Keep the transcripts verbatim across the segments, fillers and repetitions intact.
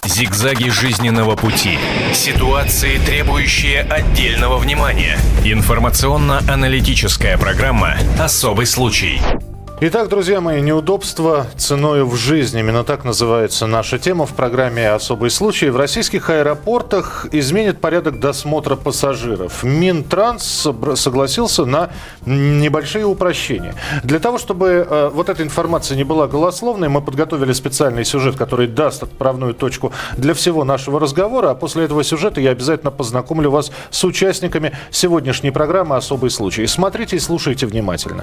Зигзаги жизненного пути. Ситуации, требующие отдельного внимания. Информационно-аналитическая программа «Особый случай». Итак, друзья мои, неудобства ценою в жизни. Именно так называется наша тема в программе «Особый случай». В российских аэропортах изменит порядок досмотра пассажиров. Минтранс согласился на небольшие упрощения. Для того, чтобы э, вот эта информация не была голословной, мы подготовили специальный сюжет, который даст отправную точку для всего нашего разговора. А после этого сюжета я обязательно познакомлю вас с участниками сегодняшней программы «Особый случай». Смотрите и слушайте внимательно.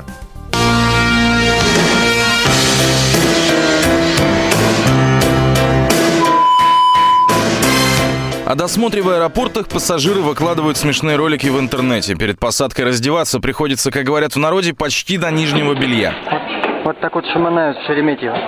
О досмотре в аэропортах пассажиры выкладывают смешные ролики в интернете. Перед посадкой раздеваться приходится, как говорят в народе, почти до нижнего белья. Вот, вот так вот шаманают в Шереметьево.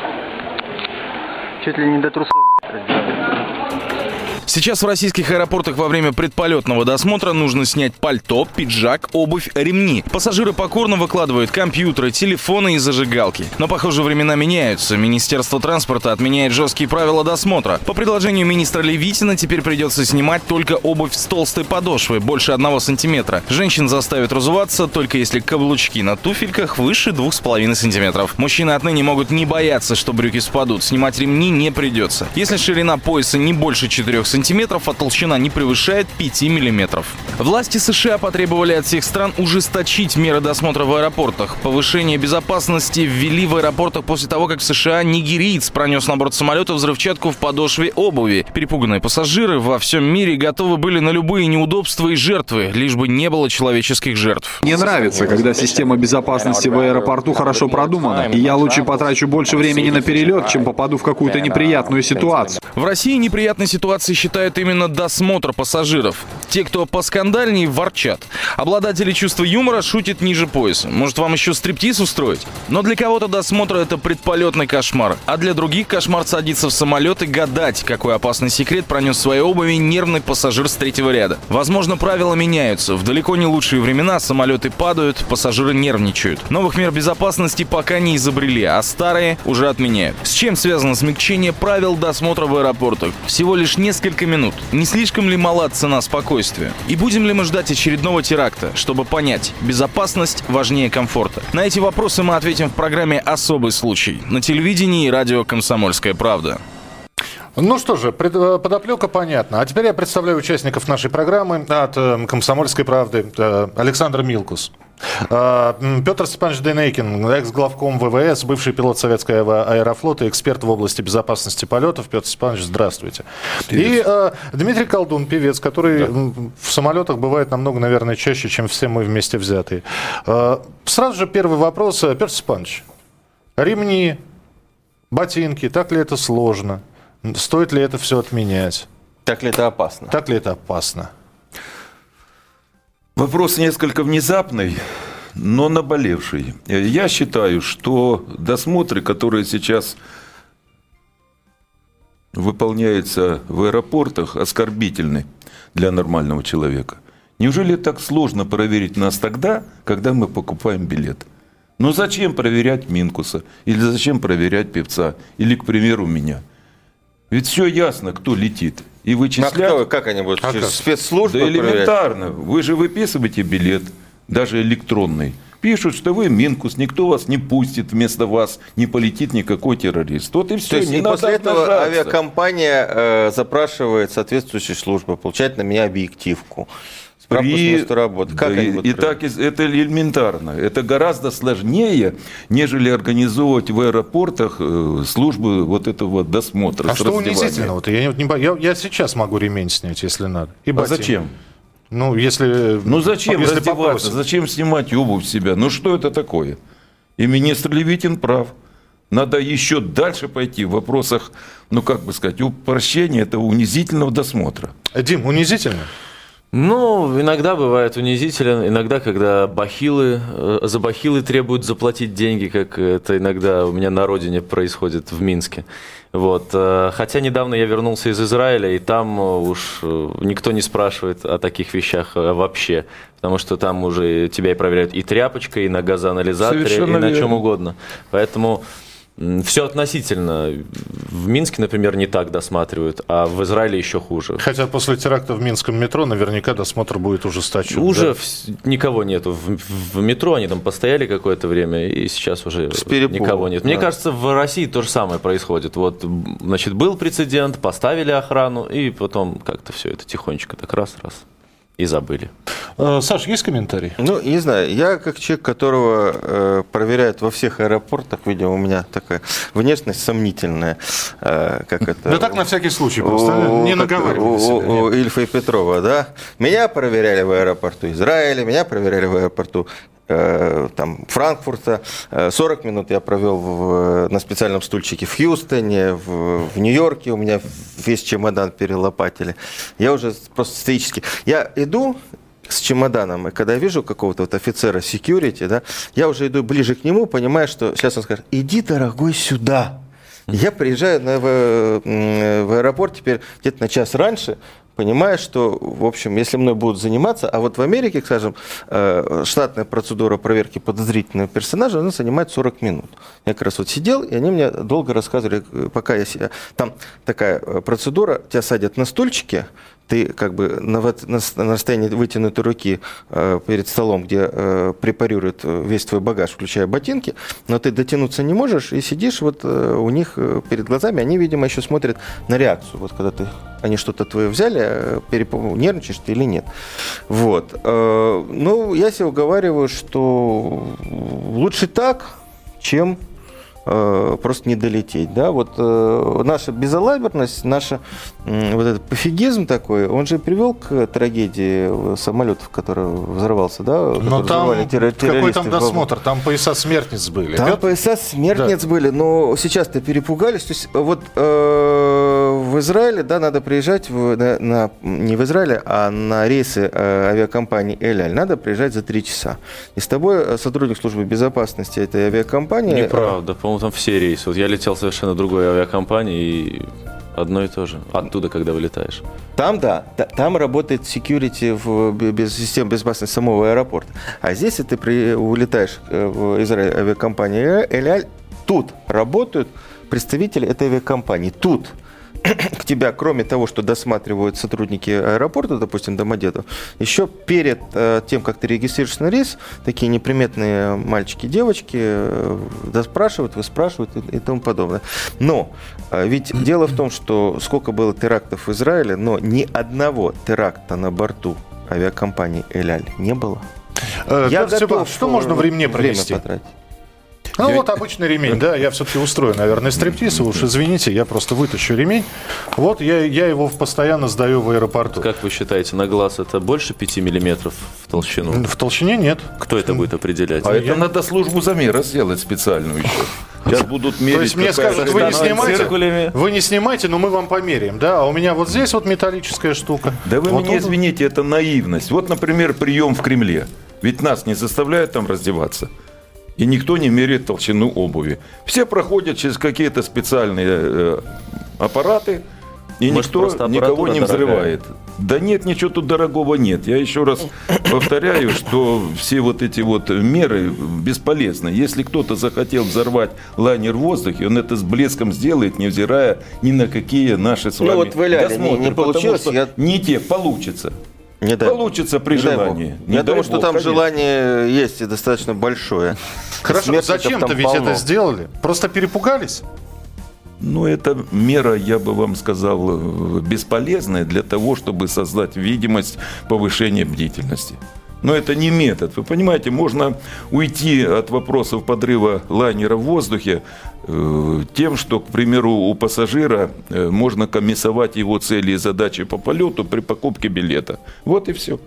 Чуть ли не до трусов раздеваются. Сейчас в российских аэропортах во время предполетного досмотра нужно снять пальто, пиджак, обувь, ремни. Пассажиры покорно выкладывают компьютеры, телефоны и зажигалки. Но, похоже, времена меняются. Министерство транспорта отменяет жесткие правила досмотра. По предложению министра Левитина теперь придется снимать только обувь с толстой подошвой, больше одного сантиметра. Женщин заставят разуваться, только если каблучки на туфельках выше двух с половиной сантиметров. Мужчины отныне могут не бояться, что брюки спадут. Снимать ремни не придется. Если ширина пояса не больше четырёх сантиметров, сантиметров, а толщина не превышает пяти миллиметров. Власти США потребовали от всех стран ужесточить меры досмотра в аэропортах. Повышение безопасности ввели в аэропортах после того, как в США нигериец пронес на борт самолета взрывчатку в подошве обуви. Перепуганные пассажиры во всем мире готовы были на любые неудобства и жертвы, лишь бы не было человеческих жертв. Мне нравится, когда система безопасности в аэропорту хорошо продумана, и я лучше потрачу больше времени на перелет, чем попаду в какую-то неприятную ситуацию. В России неприятной ситуацией считают именно досмотр пассажиров. Те, кто поскандальнее, ворчат. Обладатели чувства юмора шутят ниже пояса. Может, вам еще стриптиз устроить? Но для кого-то досмотр — это предполетный кошмар. А для других кошмар садиться в самолет и гадать, какой опасный секрет пронес в своей обуви нервный пассажир с третьего ряда. Возможно, правила меняются. В далеко не лучшие времена самолеты падают, пассажиры нервничают. Новых мер безопасности пока не изобрели, а старые уже отменяют. С чем связано смягчение правил досмотра в аэропортах? Всего лишь несколько минут. Не слишком ли мала цена спокойствия? И будем ли мы ждать очередного теракта, чтобы понять, безопасность важнее комфорта? На эти вопросы мы ответим в программе «Особый случай» на телевидении и радио «Комсомольская правда». Ну что же, подоплека понятна. А теперь я представляю участников нашей программы от «Комсомольской правды». Александр Милкус. Петр Степанович Дейнекин, экс-главком ВВС, бывший пилот советского аэрофлота, эксперт в области безопасности полетов. Петр Степанович, здравствуйте. Привет. И э, Дмитрий Колдун, певец, который да. в самолетах бывает намного, наверное, чаще, чем все мы вместе взятые. Э, сразу же первый вопрос. Петр Степанович, ремни, ботинки, так ли это сложно? Стоит ли это все отменять? Так ли это опасно? Так ли это опасно? Вопрос несколько внезапный, но наболевший. Я считаю, что досмотры, которые сейчас выполняются в аэропортах, оскорбительны для нормального человека. Неужели так сложно проверить нас тогда, когда мы покупаем билет? Но зачем проверять Минкуса? Или зачем проверять певца? Или, к примеру, меня? Ведь все ясно, кто летит. И вычислять... А как они будут? А Через как? спецслужбы Да проверять? Элементарно. Вы же выписываете билет, даже электронный. Пишут, что вы Минкус, никто вас не пустит, вместо вас не полетит никакой террорист. Вот и все. То есть не и надо после этого обнажаться. авиакомпания э, запрашивает соответствующие службы, получает на меня объективку. Справку с места работы. Как да, они будут и так это элементарно. Это гораздо сложнее, нежели организовывать в аэропортах э, службы вот этого досмотра. А что унизительного-то? Я, не, я, я сейчас могу ремень снять, если надо. И а зачем? Ну, если... Ну, зачем если раздеваться? попросят. Зачем снимать обувь с себя? Ну, что это такое? И министр Левитин прав. Надо еще дальше пойти в вопросах, ну, как бы сказать, упрощения этого унизительного досмотра. Дим, унизительно? Ну, иногда бывает унизителен, иногда, когда бахилы, за бахилы требуют заплатить деньги, как это иногда у меня на родине происходит в Минске. Вот. Хотя недавно я вернулся из Израиля, и там уж никто не спрашивает о таких вещах вообще, потому что там уже тебя и проверяют и тряпочкой, и на газоанализаторе, совершенно и на верно. Чем угодно. Поэтому Все относительно. В Минске, например, не так досматривают, а в Израиле еще хуже. Хотя после теракта в Минском метро наверняка досмотр будет ужесточен. Уже да? в... никого нету. В, в метро они там постояли какое-то время, и сейчас уже никого нет. Мне да. кажется, в России то же самое происходит. Вот, значит, был прецедент, поставили охрану, и потом как-то все это тихонечко так раз-раз. И забыли. Саш, есть комментарий? Ну, не знаю. Я как человек, которого э, проверяют во всех аэропортах, видимо, у меня такая внешность сомнительная. Э, как это? Да так на всякий случай просто. У, не наговаривай себя. У, у Ильфа и Петрова, да? Меня проверяли в аэропорту Израиля, меня проверяли в аэропорту там, Франкфурта. сорок минут я провел в, на специальном стульчике в Хьюстоне, в, в Нью-Йорке. У меня весь чемодан перелопатили. Я уже просто стоически. Я иду с чемоданом, и когда я вижу какого-то вот офицера security, да, я уже иду ближе к нему, понимая, что сейчас он скажет: иди, дорогой, сюда. Я приезжаю на, в, в аэропорт теперь где-то на час раньше, понимая, что, в общем, если мной будут заниматься, а вот в Америке, скажем, штатная процедура проверки подозрительного персонажа, она занимает сорок минут. Я как раз вот сидел, и они мне долго рассказывали, пока я сидел. Там такая процедура, тебя садят на стульчике, ты как бы на, на, на расстоянии вытянутой руки э, перед столом, где э, препарируют весь твой багаж, включая ботинки, но ты дотянуться не можешь, и сидишь вот э, у них перед глазами, они, видимо, еще смотрят на реакцию. Вот когда ты, они что-то твое взяли, переп... нервничаешь ты или нет. Вот. Э, ну, я себя уговариваю, что лучше так, чем просто не долететь, да, вот э, наша безалаберность, наша э, вот этот пофигизм такой, он же привел к трагедии самолетов, который взорвался, да. Но там какой там досмотр, там пояса смертниц были. Там Петр? пояса смертниц да. были, но сейчас-то перепугались. То есть вот э, в Израиле, да, надо приезжать в, на, на, не в Израиле, а на рейсы э, авиакомпании Эль Аль надо приезжать за три часа. И с тобой сотрудник службы безопасности этой авиакомпании. Неправда. По-моему, там все рейсы. Вот я летел совершенно другой авиакомпании, и одно и то же. Оттуда, когда вылетаешь. Там, да. Там работает security в без, системе безопасности самого аэропорта. А здесь, если ты при, улетаешь в Израиль авиакомпании Эль Аль, тут работают представители этой авиакомпании. Тут к тебя, кроме того, что досматривают сотрудники аэропорта, допустим, Домодедово, еще перед э, тем, как ты регистрируешься на рейс, такие неприметные мальчики, девочки э, доспрашивают, выспрашивают и, и тому подобное. Но э, ведь дело в том, что сколько было терактов в Израиле, но ни одного теракта на борту авиакомпании Эль Аль не было. Э, Я готов, что можно в ремне провести? Время потратить. Ну я... вот обычный ремень, да, я все-таки устрою, наверное, стриптиз, уж извините, я просто вытащу ремень. Вот я, я его постоянно сдаю в аэропорту. Как вы считаете, на глаз это больше пяти миллиметров в толщину? В толщине нет. Кто это будет определять? А я... это надо службу замера сделать специальную еще. Сейчас будут мерить. То есть мне скажут, вы не снимайте, вы не снимайте, но мы вам померяем, да, а у меня вот здесь вот металлическая штука. Да вы вот меня тут... извините, это наивность. Вот, например, прием в Кремле. Ведь нас не заставляют там раздеваться. И никто не меряет толщину обуви. Все проходят через какие-то специальные э, аппараты, и Может, никто никого не взрывает. Дорогая. Да нет, ничего тут дорогого нет. Я еще раз повторяю, что все вот эти вот меры бесполезны. Если кто-то захотел взорвать лайнер в воздухе, он это с блеском сделает, невзирая ни на какие наши с вами ну, вот в Эль-Але досмотры. Не, не получилось, я... Не те, получится. Не Получится при не желании. Не Я думаю, что там конечно. желание есть и достаточно большое. Хорошо, зачем-то ведь полно. это сделали? Просто перепугались? Ну, эта мера, я бы вам сказал, бесполезная для того, чтобы создать видимость повышения бдительности. Но это не метод. Вы понимаете, можно уйти от вопросов подрыва лайнера в воздухе э, тем, что, к примеру, у пассажира э, можно комиссовать его цели и задачи по полету при покупке билета. Вот и все.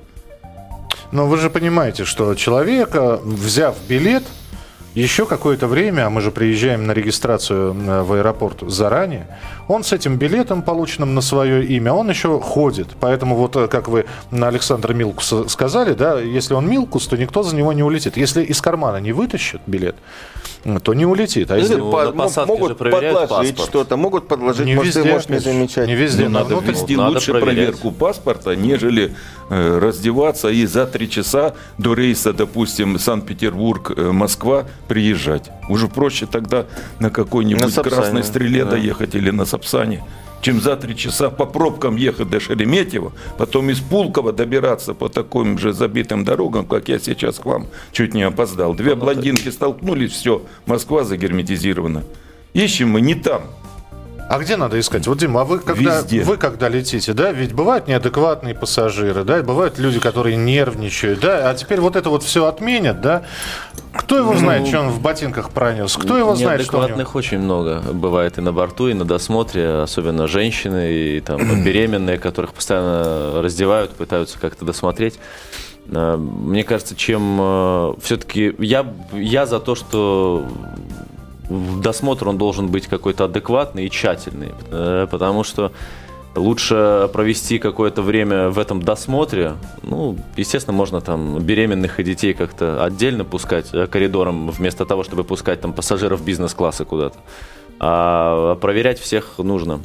Но вы же понимаете, что человека, взяв билет, еще какое-то время, а мы же приезжаем на регистрацию в аэропорт заранее, он с этим билетом, полученным на свое имя, он еще ходит. Поэтому вот, как вы на Александра Милкуса сказали, да, если он Милкус, то никто за него не улетит. Если из кармана не вытащит билет, то не улетит. А если... ну, по, могут подложить что-то, могут подложить, не может, везде, может не замечать. Не везде. Но надо ввести надо лучше проверять. проверку паспорта, нежели э, раздеваться и за три часа до рейса, допустим, Санкт-Петербург-Москва приезжать. Уже проще тогда на какой-нибудь на Красной Стреле да. доехать или на Сапсане, чем за три часа по пробкам ехать до Шереметьево, потом из Пулково добираться по таким же забитым дорогам, как я сейчас к вам чуть не опоздал. Две блондинки столкнулись, все, Москва загерметизирована. Ищем мы не там. А где надо искать? Вот, Дима, а вы когда, вы когда летите, да, ведь бывают неадекватные пассажиры, да, бывают люди, которые нервничают, да, а теперь вот это вот все отменят, да? Кто его знает, ну, что он в ботинках пронес? Кто его знает, что у него? Неадекватных очень много бывает и на борту, и на досмотре, особенно женщины, и там беременные, которых постоянно раздевают, пытаются как-то досмотреть. Мне кажется, чем все-таки я, я за то, что досмотр он должен быть какой-то адекватный и тщательный, потому что лучше провести какое-то время в этом досмотре. Ну, естественно, можно там беременных и детей как-то отдельно пускать коридором, вместо того, чтобы пускать там пассажиров бизнес-класса куда-то. А проверять всех нужно.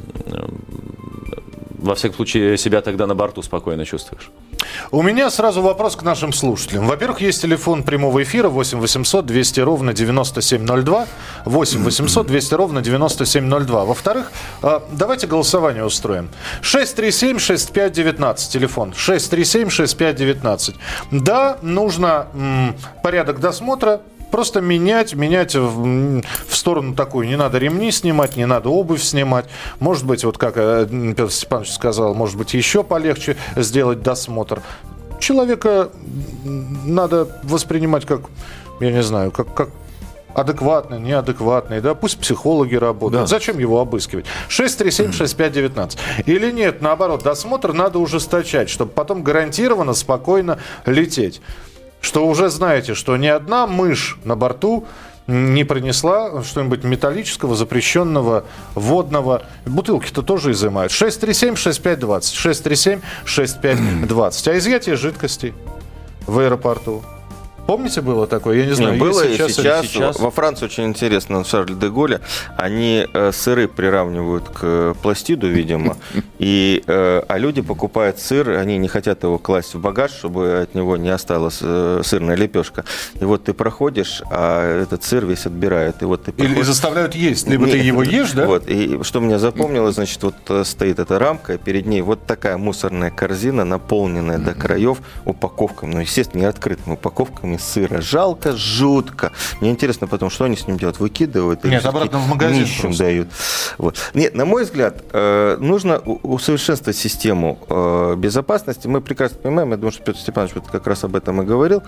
Во всяком случае, себя тогда на борту спокойно чувствуешь. У меня сразу вопрос к нашим слушателям. Во-первых, есть телефон прямого эфира восемь восемьсот двести ровно девяносто семь ноль два. восемь восемьсот двести ровно девяносто семь ноль два. Во-вторых, давайте голосование устроим. шесть три семь шесть пять девятнадцать телефон. шесть три семь шесть пять девятнадцать. Да, нужно м, порядок досмотра просто менять, менять в, в сторону такую. Не надо ремни снимать, не надо обувь снимать. Может быть, вот как Петр Степанович сказал, может быть, еще полегче сделать досмотр. Человека надо воспринимать как, я не знаю, как, как адекватный, неадекватный, да, пусть психологи работают. Да. Зачем его обыскивать? шесть три семь шесть пять девятнадцать. Или нет, наоборот, досмотр надо ужесточать, чтобы потом гарантированно, спокойно лететь. Что уже знаете, что ни одна мышь на борту не принесла что-нибудь металлического, запрещенного, водного. Бутылки-то тоже изымают. шесть три семь шесть пять двадцать. шесть три семь шесть пять двадцать. А изъятие жидкостей в аэропорту? Помните, было такое? Я не знаю, не, было и сейчас, сейчас, сейчас. Во Франции очень интересно, в Шарль-де-Голле они э, сыры приравнивают к э, пластиду, видимо, и, э, а люди покупают сыр, они не хотят его класть в багаж, чтобы от него не осталась э, сырная лепешка. И вот ты проходишь, а этот сыр весь отбирают. И вот ты проходишь... Или заставляют есть, либо не, ты его ешь, да? Вот, и что меня запомнилось, значит, вот стоит эта рамка, перед ней вот такая мусорная корзина, наполненная mm-hmm. до краев упаковками, ну, естественно, не открытыми упаковками сыра. Жалко, жутко. Мне интересно потом, что они с ним делают? Выкидывают? Нет, обратно в магазин нищим дают. Вот. Нет, на мой взгляд, нужно усовершенствовать систему безопасности. Мы прекрасно понимаем, я думаю, что Петр Степанович вот как раз об этом и говорил,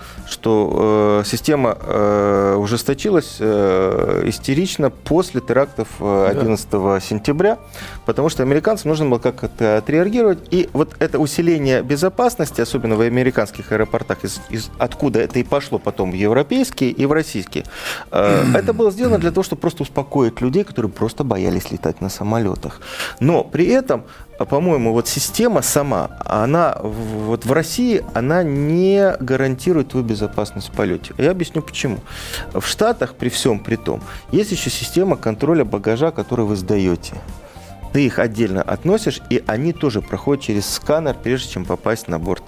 что система ужесточилась истерично после терактов одиннадцатого сентября, потому что американцам нужно было как-то отреагировать. И вот это усиление безопасности, особенно в американских аэропортах, из, из, откуда это и пошло потом в европейские и в российские, это было сделано для того, чтобы просто успокоить людей, которые просто боялись летать на самолетах. Но при этом, по-моему, вот система сама, она вот в России, она не гарантирует твою безопасность в полете. Я объясню почему. В Штатах, при всем при том, есть еще система контроля багажа, который вы сдаете. Ты их отдельно относишь, и они тоже проходят через сканер, прежде чем попасть на борт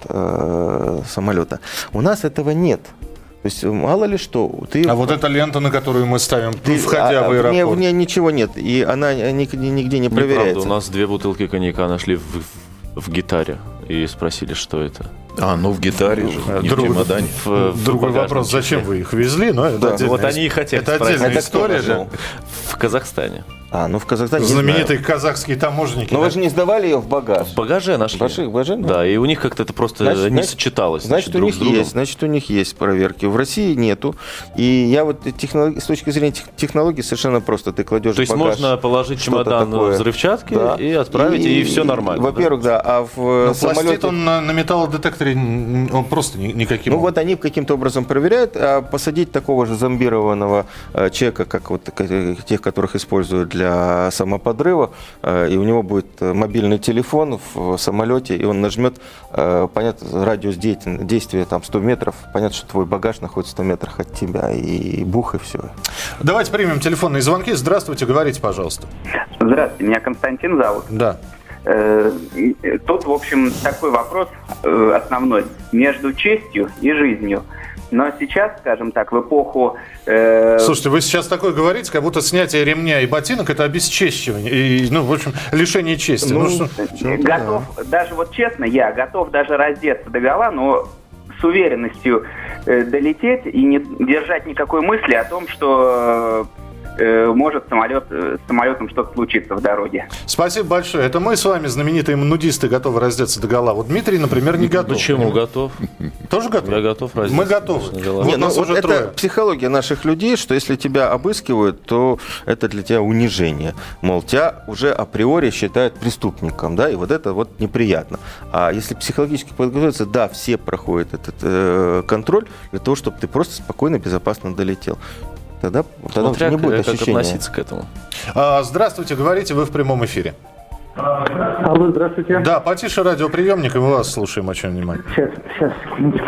э, самолета. У нас этого нет. То есть мало ли что. Ты... А вот эта лента, на которую мы ставим, ты, входя а, в аэропорт? В ней, в ней ничего нет, и она нигде, нигде не проверяется. Неправда, у нас две бутылки коньяка нашли в, в, в гитаре и спросили, что это. А, ну в гитаре же, не Друг, в чемодане. В, в Другой вопрос, числе. Зачем вы их везли? Но это да, отдельная, вот они и хотели это спросить. отдельная это история. Же. В Казахстане. А, ну в Казахстане знаменитые казахские таможенники. Но да? вы же не сдавали ее в багаж. В багаже нашли. В багаже? Да, и у них как-то это просто значит, не сочеталось. Значит, значит, у них есть, значит, у них есть проверки. В России нету. И я вот технолог... с точки зрения технологий совершенно просто. Ты кладешь То есть в багаж можно положить чемодан такое. взрывчатки да. и отправить, и, и, и все нормально. Во-первых, да. да. А в Но самолете... пластит он на, на металлодетекторе, он просто никаким... Ну вот они каким-то образом проверяют, а посадить такого же зомбированного человека, как вот тех, которых используют для самоподрыва, и у него будет мобильный телефон в самолете, и он нажмет, понятно, радиус действия там сто метров, понятно, что твой багаж находится в ста метрах от тебя, и бух, и все. Давайте примем телефонные звонки. Здравствуйте, говорите, пожалуйста. Здравствуйте, меня Константин зовут. Да. Тут, в общем, такой вопрос основной. Между честью и жизнью. Но сейчас, скажем так, в эпоху... Э... Слушайте, вы сейчас такое говорите, как будто снятие ремня и ботинок – это обесчещивание, и, ну, в общем, лишение чести. Ну, ну, что... Готов, даже вот честно, я готов даже раздеться догола, но с уверенностью э, долететь и не держать никакой мысли о том, что... может самолет, с самолетом что-то случится в дороге. Спасибо большое. Это мы с вами, знаменитые нудисты, готовы раздеться догола. Вот Дмитрий, например, не готов. Почему готов? Тоже готов? Я готов раздеться. Мы готовы. Вот Не, ну, вот это трое. Психология наших людей, что если тебя обыскивают, то это для тебя унижение. Мол, тебя уже априори считают преступником, да, и вот это вот неприятно. А если психологически подготовиться, да, все проходят этот э, контроль для того, чтобы ты просто спокойно, безопасно долетел. Тогда, тогда Смотря не будет как ощущения. относиться к этому. А, здравствуйте, говорите, вы в прямом эфире. Алло, здравствуйте. Да, потише радиоприемник, и мы вас слушаем, очень внимательно. Сейчас, сейчас, секундочку.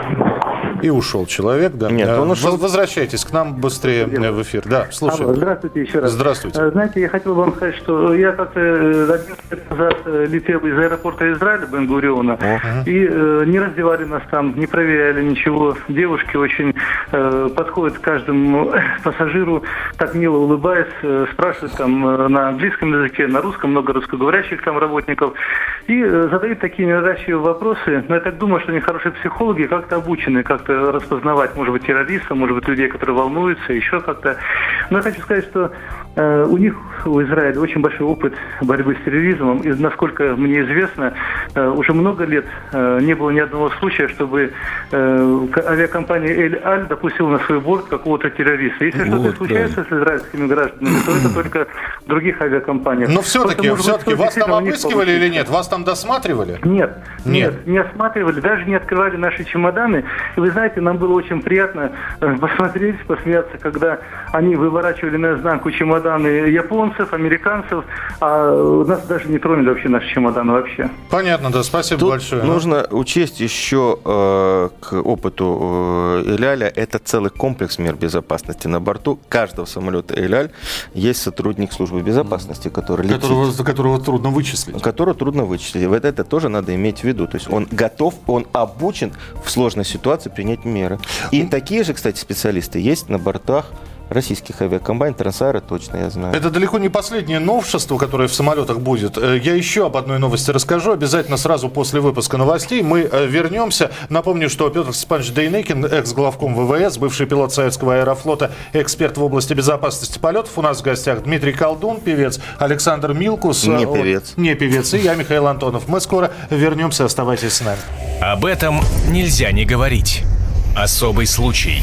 И ушел человек, да. Нет, он ушел. Возвращайтесь к нам быстрее в эфир. Да, слушаем. Алло, здравствуйте еще раз. Здравствуйте. Знаете, я хотел вам сказать, что я как-то один лет назад летел из аэропорта Израиля, Бен-Гуриона, uh-huh. и э, не раздевали нас там, не проверяли ничего. Девушки очень э, подходят к каждому пассажиру, так мило улыбаясь, э, спрашивают там э, на английском языке, на русском, много русскоговорящих там работников, и э, задают такие ненавязчивые вопросы. Но я так думаю, что они хорошие психологи, как-то обучены, как-то распознавать, может быть, террористов, может быть, людей, которые волнуются, еще как-то. Но я хочу сказать, что э, у них, у Израиля, очень большой опыт борьбы с терроризмом, и, насколько мне известно, э, уже много лет э, не было ни одного случая, чтобы э, авиакомпания «Эль-Аль» допустила на свой борт какого-то террориста. Если вот, что-то случается да. с израильскими гражданами, то это только в других авиакомпаниях. Но все-таки, все-таки вас там обыскивали или нет? Вас там досматривали? Нет, нет, нет, не осматривали, даже не открывали наши чемоданы. И вы знаете, нам было очень приятно посмотреть, посмеяться, когда они выворачивали наизнанку чемоданы японцев, американцев, а нас даже не тронули вообще наши чемоданы вообще. Понятно, да, спасибо Тут большое. нужно учесть еще э, к опыту э, «Эль-Аля», это целый комплекс мер безопасности. На борту каждого самолета «Эль-Аль» есть сотрудник службы безопасности, который летит. Которого, которого трудно вычислить. Которого трудно вычислить. Вот это тоже надо иметь в виду. То есть он готов, он обучен в сложной ситуации принять меры. И такие же, кстати, специалисты есть на бортах российских авиакомпаний, Трансаэро точно, я знаю. Это далеко не последнее новшество, которое в самолетах будет. Я еще об одной новости расскажу. Обязательно сразу после выпуска новостей мы вернемся. Напомню, что Петр Степанович Дейнекин, экс-главком ВВС, бывший пилот Советского аэрофлота, эксперт в области безопасности полетов. У нас в гостях Дмитрий Колдун, певец, Александр Милкус. Не певец. Не певец. И я, Михаил Антонов. Мы скоро вернемся. Оставайтесь с нами. Об этом нельзя не говорить. Особый случай.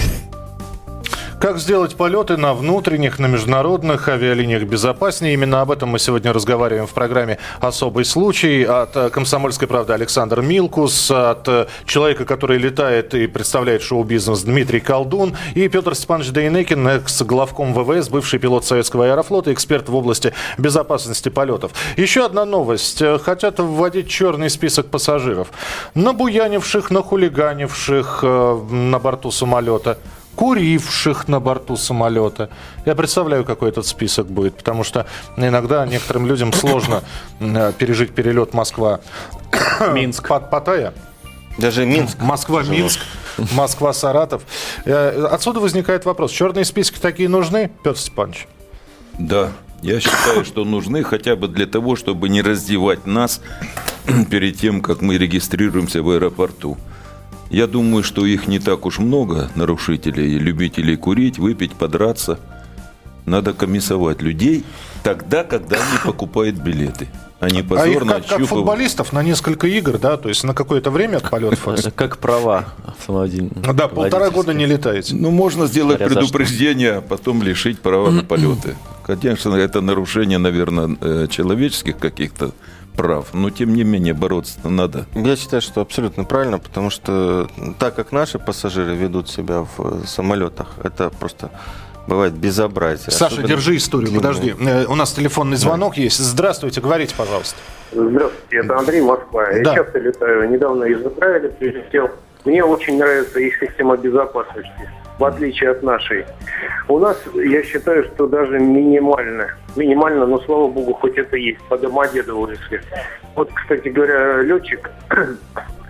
Как сделать полеты на внутренних, на международных авиалиниях безопаснее? Именно об этом мы сегодня разговариваем в программе «Особый случай». От «Комсомольской правды» Александр Милкус, от человека, который летает и представляет шоу-бизнес, Дмитрий Колдун, и Петр Степанович Дейнекин, экс-главком ВВС, бывший пилот Советского аэрофлота, эксперт в области безопасности полетов. Еще одна новость. Хотят вводить черный список пассажиров, набуянивших, нахулиганивших на борту самолета, куривших на борту самолета. Я представляю, какой этот список будет, потому что иногда некоторым людям сложно пережить перелет Москва... Минск. Паттайя. Даже Минск. Москва-Минск, Москва-Саратов. Отсюда возникает вопрос. Черные списки такие нужны, Петр Степанович? Да, я считаю, что нужны хотя бы для того, чтобы не раздевать нас перед тем, как мы регистрируемся в аэропорту. Я думаю, что их не так уж много, нарушителей, любителей курить, выпить, подраться. Надо комиссовать людей тогда, когда они покупают билеты. Они позорно а их как, отщупывают. как футболистов на несколько игр, да? То есть на какое-то время от полетов? Как права автомобильные. Да, полтора года не летаете. Ну, можно сделать предупреждение, а потом лишить права на полеты. Конечно, это нарушение, наверное, человеческих каких-то прав, но тем не менее бороться надо. Я считаю, что абсолютно правильно, потому что так как наши пассажиры ведут себя в самолетах, это просто бывает безобразие. Саша, Особенно держи историю, длинные. Подожди. У нас телефонный звонок да. есть. Здравствуйте, говорите, пожалуйста. Здравствуйте, это Андрей, Москва. Я да. часто летаю, недавно из Израиля прилетел. Мне очень нравится их система безопасности, в отличие от нашей. У нас, я считаю, что даже минимально, минимально, но, слава богу, хоть это есть, по Домодедово, если. Вот, кстати говоря, летчик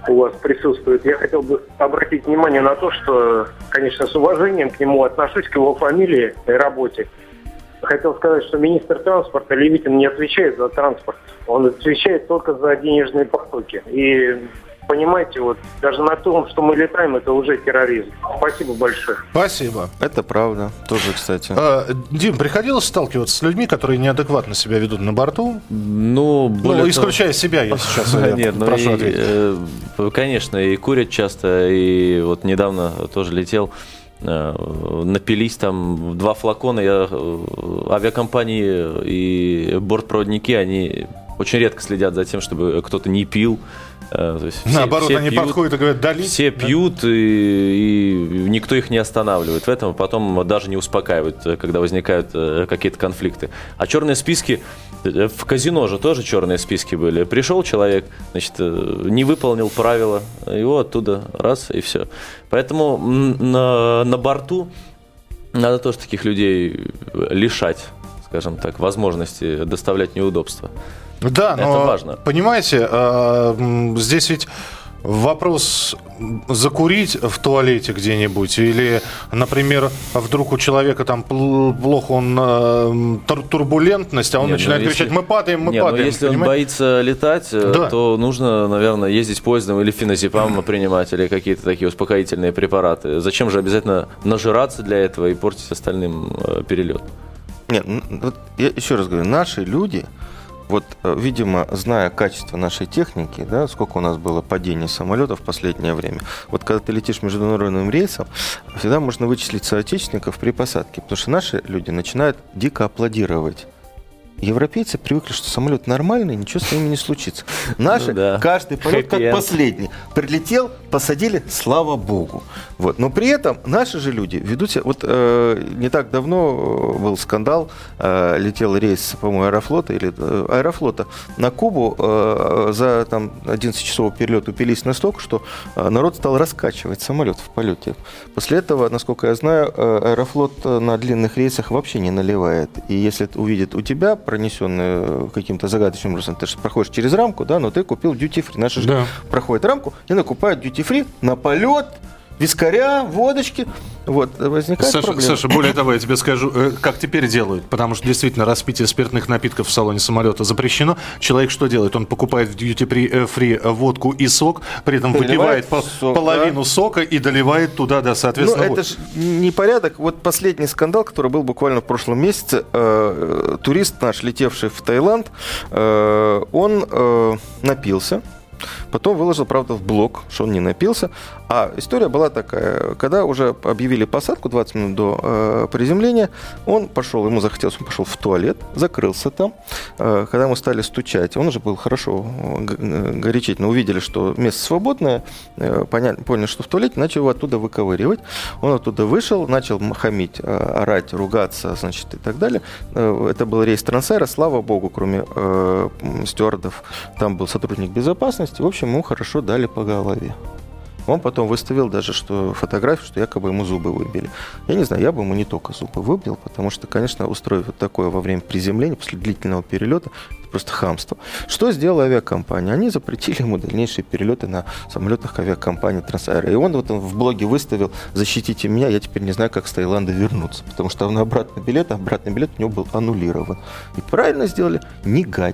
у вас присутствует. Я хотел бы обратить внимание на то, что, конечно, с уважением к нему отношусь, к его фамилии и работе. Хотел сказать, что министр транспорта Левитин не отвечает за транспорт. Он отвечает только за денежные потоки. И понимаете, вот даже на том, что мы летаем, это уже терроризм. Спасибо большое. Спасибо. Это правда. Тоже, кстати. А, Дим, приходилось сталкиваться с людьми, которые неадекватно себя ведут на борту? Ну, более ну исключая того... себя, я сейчас Нет, ну прошу и, ответить. Конечно, и курят часто, и вот недавно тоже летел, напились там два флакона, я, авиакомпании и бортпроводники, они очень редко следят за тем, чтобы кто-то не пил. То есть все, Наоборот, все они пьют, подходят и говорят, долить. Все да? пьют, и, и никто их не останавливает в этом, потом даже не успокаивает, когда возникают какие-то конфликты. А черные списки, в казино же тоже черные списки были. Пришел человек, значит, не выполнил правила, его оттуда раз, и все. Поэтому на, на борту надо тоже таких людей лишать, скажем так, возможности доставлять неудобства. Да, но, это важно. Понимаете, э, здесь ведь вопрос закурить в туалете где-нибудь или, например, вдруг у человека там плохо, он э, турбулентность, а он Нет, начинает ну, кричать, если... мы падаем, мы Нет, падаем. Ну, если понимаете? он боится летать, да. то нужно, наверное, ездить поездом или феназепам принимать, или какие-то такие успокоительные препараты. Зачем же обязательно нажираться для этого и портить остальным э, перелет? Нет, вот я еще раз говорю, наши люди... Вот, видимо, зная качество нашей техники, да, сколько у нас было падений самолетов в последнее время, вот когда ты летишь международным рейсом, всегда можно вычислить соотечественников при посадке, потому что наши люди начинают дико аплодировать. Европейцы привыкли, что самолет нормальный, ничего с ними не случится. Наши, ну, да. Каждый полет как последний. Прилетел, посадили, слава богу. Вот. Но при этом наши же люди ведут себя... Вот э, не так давно был скандал, э, летел рейс, по-моему, Аэрофлота, или э, Аэрофлота на Кубу, э, за там, одиннадцать часов перелет упились настолько, что э, народ стал раскачивать самолет в полете. После этого, насколько я знаю, э, Аэрофлот на длинных рейсах вообще не наливает. И если увидит у тебя пронесенный каким-то загадочным образом, ты же проходишь через рамку, да, но ты купил дьюти-фри. Наши же да. проходят рамку и накупают дьюти-фри на полет, вискаря, водочки. Вот, возникает Саша, проблема. Саша, более того, я тебе скажу, как теперь делают, потому что действительно распитие спиртных напитков в салоне самолета запрещено. Человек что делает? Он покупает в дьюти-фри водку и сок, при этом Переливает выпивает сок, половину да? сока и доливает туда, да, соответственно. Ну, это же не порядок. Вот последний скандал, который был буквально в прошлом месяце, э, турист наш, летевший в Таиланд, э, он э, напился. Потом выложил, правда, в блог, что он не напился. А история была такая. Когда уже объявили посадку двадцать минут до э, приземления, он пошел, ему захотелось, он пошел в туалет, закрылся там. Э, когда ему стали стучать, он уже был хорошо горячительно. Увидели, что место свободное, э, поняли, поняли, что в туалете, начали его оттуда выковыривать. Он оттуда вышел, начал хамить, э, орать, ругаться, значит, и так далее. Э, это был рейс Трансайра. Слава богу, кроме э, стюардов, там был сотрудник безопасности. В общем, ему хорошо дали по голове. Он потом выставил даже что, фотографию, что якобы ему зубы выбили. Я не знаю, я бы ему не только зубы выбил, потому что, конечно, устроить вот такое во время приземления, после длительного перелета, это просто хамство. Что сделала авиакомпания? Они запретили ему дальнейшие перелеты на самолетах авиакомпании Трансайра. И он вот в блоге выставил: защитите меня, я теперь не знаю, как с Таиланда вернуться. Потому что на обратный билет, а обратный билет у него был аннулирован. И правильно сделали: не гадь,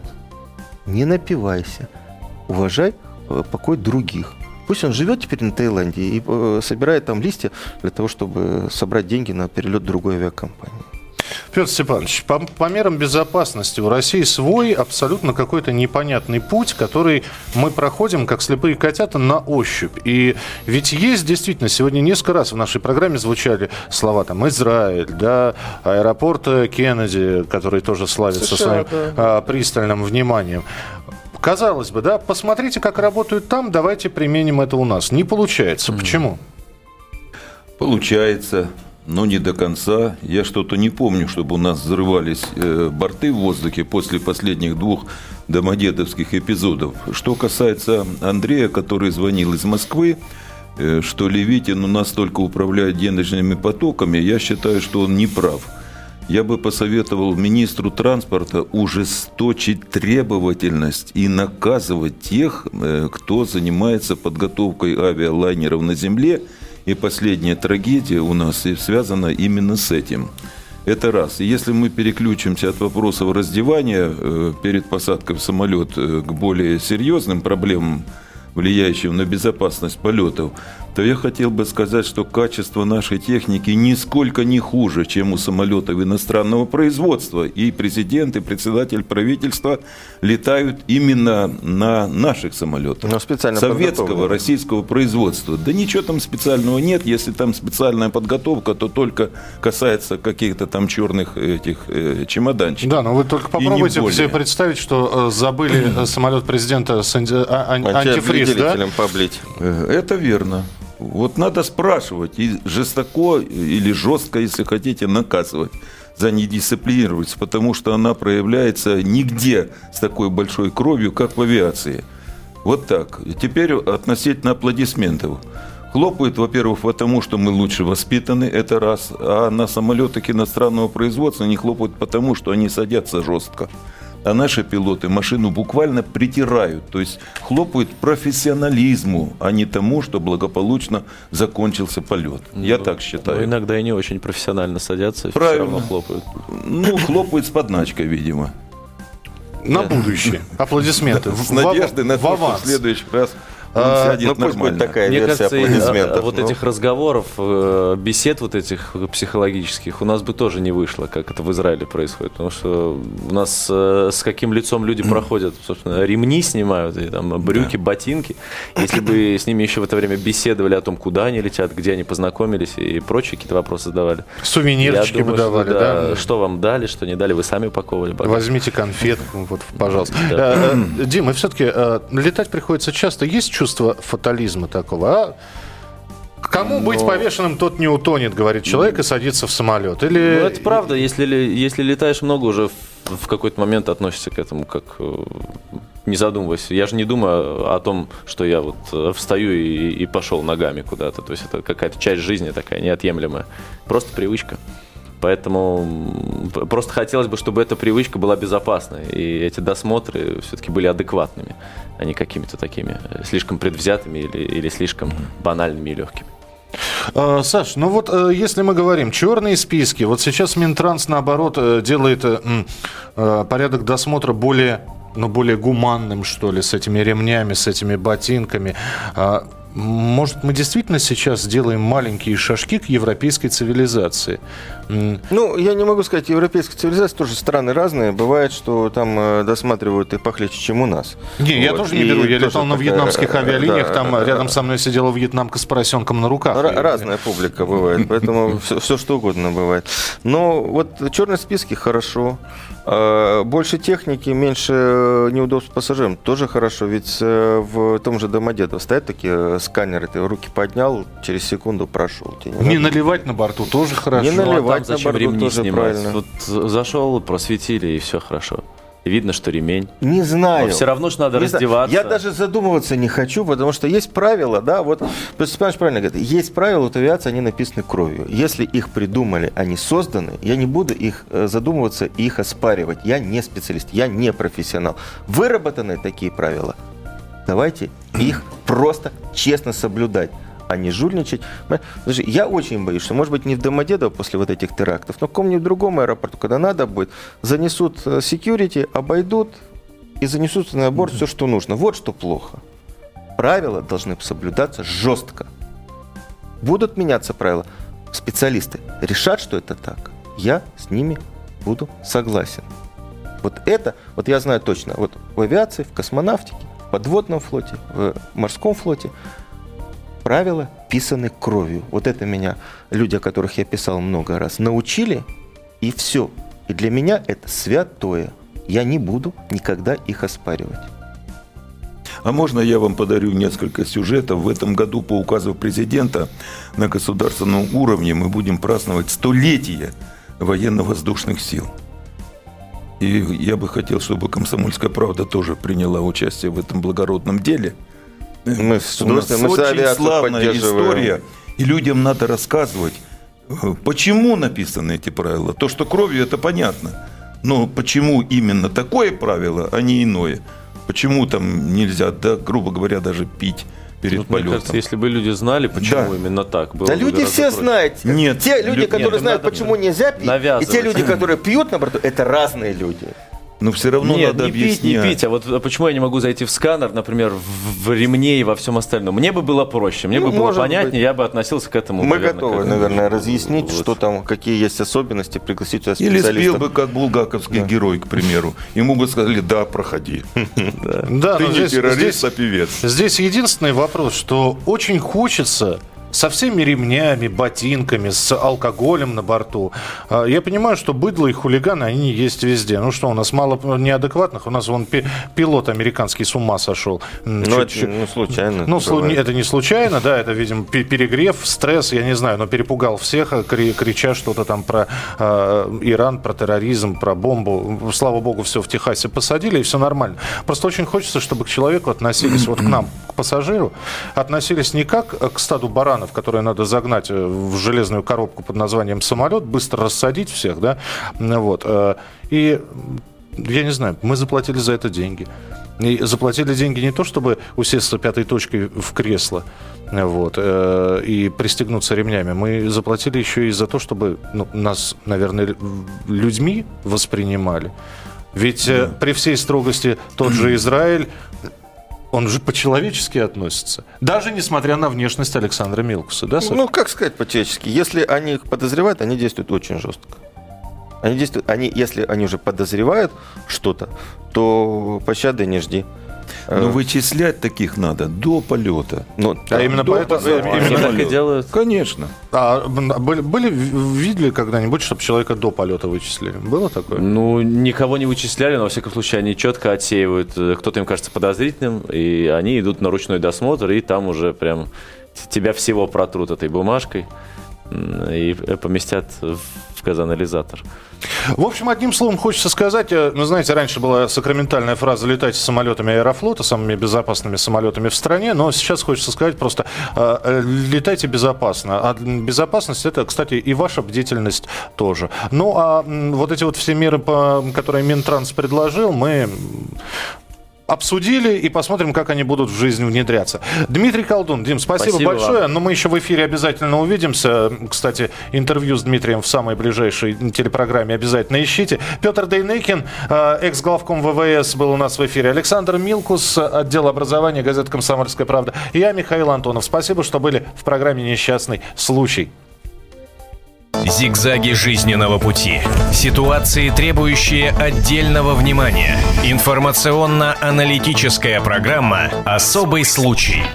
не напивайся. Уважай покой других. Пусть он живет теперь на Таиланде и собирает там листья для того, чтобы собрать деньги на перелет другой авиакомпании. Петр Степанович, по, по мерам безопасности у России свой абсолютно какой-то непонятный путь, который мы проходим, как слепые котята, на ощупь. И ведь есть действительно, сегодня несколько раз в нашей программе звучали слова там Израиль, да, аэропорт Кеннеди, который тоже славится США, своим да. а, пристальным вниманием. Казалось бы, да, посмотрите, как работают там, давайте применим это у нас. Не получается. Mm-hmm. Почему? Получается, но не до конца. Я что-то не помню, чтобы у нас взрывались э, борты в воздухе после последних двух домодедовских эпизодов. Что касается Андрея, который звонил из Москвы, э, что Левитин у нас только управляет денежными потоками, я считаю, что он не прав. я бы посоветовал министру транспорта ужесточить требовательность и наказывать тех, кто занимается подготовкой авиалайнеров на земле. И последняя трагедия у нас связана именно с этим. Это раз. И если мы переключимся от вопросов раздевания перед посадкой в самолет к более серьезным проблемам, влияющим на безопасность полетов, то я хотел бы сказать, что качество нашей техники нисколько не хуже, чем у самолетов иностранного производства. И президент, и председатель правительства летают именно на наших самолетах. Но специально советского, российского производства. Да ничего там специального нет. Если там специальная подготовка, то только касается каких-то там черных этих э, чемоданчиков. Да, но вы только попробуйте себе представить, что э, забыли самолет президента с анти... а, а, антифриз, да? Поблить. Это верно. Вот надо спрашивать и жестоко или жестко, если хотите, наказывать за недисциплинированность, потому что она проявляется нигде с такой большой кровью, как в авиации. Вот так. Теперь относительно аплодисментов. Хлопают, во-первых, потому что мы лучше воспитаны, это раз, а на самолетах иностранного производства не хлопают потому, что они садятся жестко. А наши пилоты машину буквально притирают, то есть хлопают профессионализму, а не тому, что благополучно закончился полет. Я ну, так считаю. Но иногда и не очень профессионально садятся, правильно. Все равно хлопают. Ну, хлопают с подначкой, видимо. На будущее. Аплодисменты. С надеждой на то, что в следующий раз... А, ну пусть будет такая Мне версия кажется, аплодисментов. Вот ну. этих разговоров, бесед вот этих психологических у нас бы тоже не вышло, как это в Израиле происходит. Потому что у нас с каким лицом люди проходят, собственно, ремни снимают, и там брюки, да. ботинки. Если бы с ними еще в это время беседовали о том, куда они летят, где они познакомились и прочие какие-то вопросы задавали. Сувенирчики бы давали, что, да, да? Что вам дали, что не дали, вы сами упаковывали багаж. Возьмите конфетку, вот, пожалуйста. Да. Дима, все-таки летать приходится часто. Есть чувство чувство фатализма такого, а? Кому Но... быть повешенным, тот не утонет, говорит человек, и садится в самолет. Или... Ну, это правда, если, если летаешь много, уже в, в какой-то момент относишься к этому как не задумываясь. Я же не думаю о том, что я вот встаю и, и пошел ногами куда-то. То есть это какая-то часть жизни такая неотъемлемая. Просто привычка. Поэтому просто хотелось бы, чтобы эта привычка была безопасной, и эти досмотры все-таки были адекватными, а не какими-то такими слишком предвзятыми или, или слишком банальными и легкими. Саш, ну вот если мы говорим черные списки, вот сейчас Минтранс наоборот делает порядок досмотра более, ну, более гуманным, что ли, с этими ремнями, с этими ботинками. Может, мы действительно сейчас делаем маленькие шажки к европейской цивилизации? Ну, я не могу сказать, европейская цивилизация тоже страны разные. Бывает, что там досматривают и похлеще, чем у нас. Не, вот. Я тоже не беру. Я летал на вьетнамских авиалиниях, да, там да, рядом да. со мной сидела вьетнамка с поросенком на руках. Р- разная публика бывает, поэтому все, все что угодно бывает. Но вот черные списки хорошо. Больше техники, меньше неудобств пассажирам. Тоже хорошо, ведь в том же Домодедово стоят такие сканеры, ты руки поднял, через секунду прошел. Не, не наливать на борту тоже хорошо. Не наливать а на борту ремни тоже снимать? Правильно. Вот зашел, просветили, и все хорошо. Видно, что ремень. Не знаю. Но все равно же надо не раздеваться. Знаю. Я даже задумываться не хочу, потому что есть правила, да, вот Степанович правильно говорит, есть правила вот авиации, они написаны кровью. Если их придумали, они созданы, я не буду их задумываться и их оспаривать. Я не специалист, я не профессионал. Выработаны такие правила. Давайте их просто честно соблюдать, а не жульничать. Слушай, я очень боюсь, что, может быть, не в Домодедово после вот этих терактов, но в каком-нибудь другом аэропорту, когда надо будет, занесут секьюрити, обойдут и занесут на борт все, что нужно. Вот что плохо. Правила должны соблюдаться жестко. Будут меняться правила. Специалисты решат, что это так. Я с ними буду согласен. Вот это, вот я знаю точно, вот в авиации, в космонавтике, в подводном флоте, в морском флоте правила писаны кровью. Вот это меня люди, о которых я писал много раз, научили, и все. И для меня это святое. Я не буду никогда их оспаривать. А можно я вам подарю несколько сюжетов? В этом году по указу президента на государственном уровне мы будем праздновать столетие военно-воздушных сил. И я бы хотел, чтобы «Комсомольская правда» тоже приняла участие в этом благородном деле. Мы с У нас мы очень славная история, и людям надо рассказывать, Почему написаны эти правила? То, что кровью, это понятно. Но почему именно такое правило, а не иное? Почему там нельзя, да, грубо говоря, даже пить перед ну, полетом? Мне кажется, если бы люди знали, почему да. именно так было. Да люди все проще. знают. Нет. Те люди, Нет, которые нет, знают, надо почему нельзя пить, и те люди, которые пьют на борту, это разные люди. Но все равно Нет, надо не объяснять. пить, не пить. А вот почему я не могу зайти в сканер, например, в, в ремне и во всем остальном? Мне бы было проще, мне ну, бы было быть. понятнее, я бы относился к этому. Мы наверное, готовы, к этому. наверное, разъяснить, вот. что там, какие есть особенности, пригласить сюда Или специалистов. спел бы, как булгаковский да. герой, к примеру. Ему бы сказали, да, проходи. Да, ты не здесь, террорист, здесь, а певец. Здесь единственный вопрос, что очень хочется со всеми ремнями, ботинками, с алкоголем на борту. Я понимаю, что быдло и хулиганы, они есть везде. Ну что, у нас мало неадекватных, у нас вон пилот американский с ума сошел. Ну, это, ну случайно. Ну, бывает. Это не случайно, да, это, видимо, перегрев, стресс, я не знаю, но перепугал всех, крича что-то там про э, Иран, про терроризм, про бомбу. Слава богу, все в Техасе посадили, и все нормально. Просто очень хочется, чтобы к человеку относились, вот к нам, к пассажиру, относились не как к стаду баранов, которые надо загнать в железную коробку под названием самолет, быстро рассадить всех, да, вот. И, я не знаю, мы заплатили за это деньги. И заплатили деньги не то, чтобы усесться пятой точкой в кресло, вот, и пристегнуться ремнями. Мы заплатили еще и за то, чтобы ну, нас, наверное, людьми воспринимали. Ведь да. при всей строгости тот же Израиль, он же по-человечески относится. Даже несмотря на внешность Александра Милкуса. Да, Саша? Ну, как сказать по-человечески? Если они их подозревают, они действуют очень жестко. Они действуют, они, если они уже подозревают что-то, то пощады не жди. Но вычислять таких надо до полета. Ну, а именно до поэтому полета. Именно так и делают. Конечно. А были, были видели когда-нибудь, чтобы человека до полета вычислили? Было такое? Ну, никого не вычисляли, но, во всяком случае, они четко отсеивают. Кто-то им кажется подозрительным, и они идут на ручной досмотр, и там уже прям тебя всего протрут этой бумажкой и поместят в казанализатор. В общем, одним словом хочется сказать, ну, знаете, раньше была сакраментальная фраза «летайте самолетами Аэрофлота», самыми безопасными самолетами в стране, но сейчас хочется сказать просто э, летайте безопасно. А безопасность – это, кстати, и ваша бдительность тоже. Ну, а вот эти вот все меры, по, которые Минтранс предложил, мы обсудили и посмотрим, как они будут в жизнь внедряться. Дмитрий Колдун. Дим, спасибо, спасибо большое. Вам. Но мы еще в эфире обязательно увидимся. Кстати, интервью с Дмитрием в самой ближайшей телепрограмме обязательно ищите. Петр Дейнекин, экс-главком ВВС, был у нас в эфире. Александр Милкус, отдел образования, газета «Комсомольская правда». И я, Михаил Антонов. Спасибо, что были в программе «Несчастный случай». Зигзаги жизненного пути. Ситуации, требующие отдельного внимания. Информационно-аналитическая программа «Особый случай».